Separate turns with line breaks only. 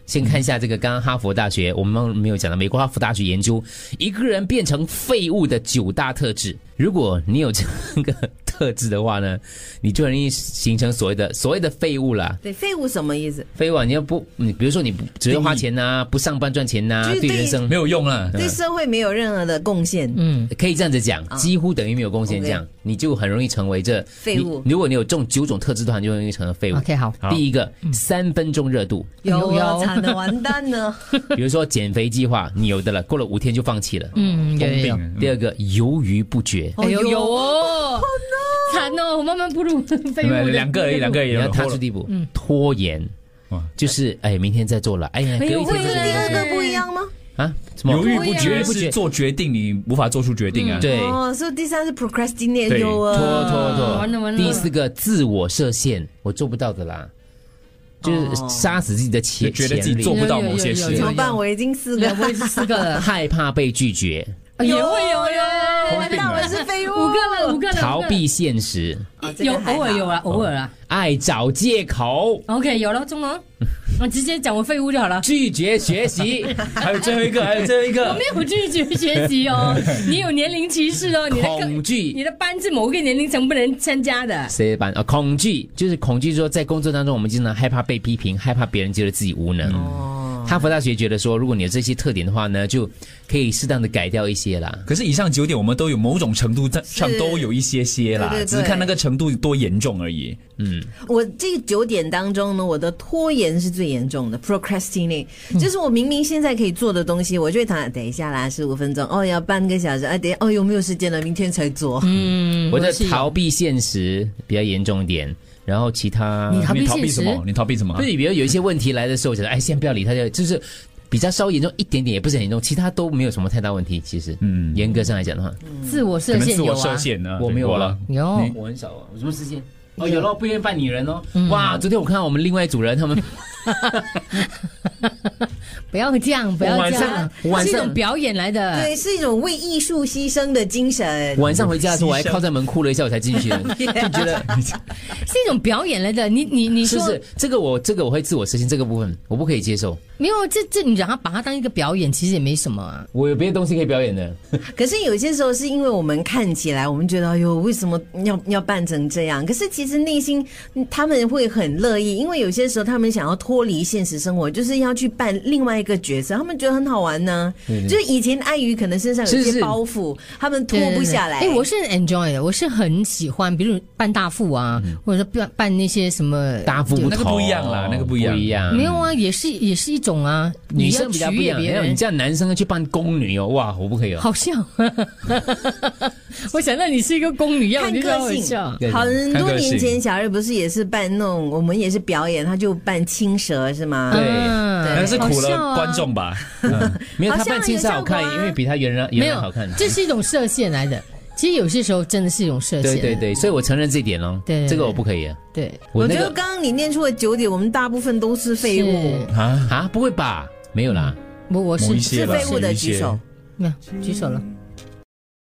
先看一下这个刚刚哈佛大学我们没有讲到美国哈佛大学研究一个人变成废物的9大特质。如果你有这个特质的话呢，你就容易形成所谓的废物啦。
对，废物什么意思？
废物啊，你比如说你只会花钱呐，不上班赚钱呐，对人生
没有用了，
对社会没有任何的贡献。
可以这样子讲，几乎等于没有贡献，这样你就很容易成为这
废物。
如果你有这种9种特质的话，你就容易成为废物。
OK， 好。
第一个，3分钟热度，
有惨的完蛋了。
比如说减肥计划，你有的了，过了5天就放弃了。
有。
第二个，犹豫不决。
有哦，惨哦，我慢慢步入废物。
两个而已，
你要踏出第一步。拖延，就是明天再做了，隔一天再做。
第二个不一样吗？
啊，什么
犹豫不决是做决定，你无法做出决定啊。
对，
所以第三是 procrastinate，
拖。
完了。
第4个，自我设限，我做不到的啦。就是杀死自己的潜力，
觉得自己做不到某些事。
怎么办？我已经4个，
我也是4个了。
害怕被拒绝。
也会有哟，
完蛋，我是废物。
5个了。
逃避现实，
有偶尔有啦，偶尔啦。
爱找借口。
OK， 有了，中了。我直接讲我废物就好了。
拒绝学习，
还有最后一个。
我没有拒绝学习哦，你有年龄歧视哦，
恐惧，
你的班是某个年龄层不能参加的。
谁的班啊？恐惧就是恐惧，说在工作当中，我们经常害怕被批评，害怕别人觉得自己无能。哈佛大学觉得说，如果你有这些特点的话呢，就可以适当的改掉一些啦。
可是以上9点，我们都有某种程度上都有一些啦，只是看那个程度多严重而已。
我这9点当中呢，我的拖延是最严重的 ，procrastinate，就是我明明现在可以做的东西，我就会等一下啦，15分钟，要半个小时，等一下有没有时间了？明天才做。
我的逃避现实比较严重一点。然后其他
你逃避什么？你逃避什么？
对，比如有一些问题来的时候，我觉得先不要理他，就是比较稍微严重一点点，也不是很严重，其他都没有什么太大问题。其实，严格上来讲的话，
自我设限有
呢，
我没有了，
我
很少啊，我什么时间？有了，不愿意扮女人哦。哇，昨天我看到我们另外一组人，他们
不要这样，
晚上
是一种表演来的，
对，是一种为艺术牺牲的精神。
晚上回家的时候，我还靠在门哭了一下，我才进去的，就觉得
是一种表演来的。你说
是这个我会自我实现这个部分，我不可以接受。
没有，这你让他把它当一个表演，其实也没什么啊。
我有别的东西可以表演的。
可是有些时候是因为我们看起来，我们觉得哎呦，为什么要扮成这样？可是其实内心他们会很乐意，因为有些时候他们想要脱离现实生活，就是要去扮另外一个角色，他们觉得很好玩呢。就是以前碍于可能身上有些包袱，他们脱不下来。
我是 enjoy 的，我是很喜欢，比如扮大副啊，或者说扮那些什么
大副不同，
那个不一样啦，那个不一样。
没有啊，也是一种啊，
女生比较不一样。
没有，
你这样男生去扮宫女哦，哇，我不可以哦。
好像，我想到你是一个宫女样，
看个性。很多年前，小瑞不是也是扮那种，我们也是表演，他就扮青蛇是吗？
对，
那是苦了观众吧？
没有，他扮青蛇好看，因为比他原来好看。
这是一种设限来的。其实有些时候真的是一种设限。
对，所以我承认这一点咯。
对，
这个我不可以啊。
对，
我觉得刚刚你念出的9点，我们大部分都是废物
啊？不会吧？没有啦，
我是
废物的举手，
没有举手了。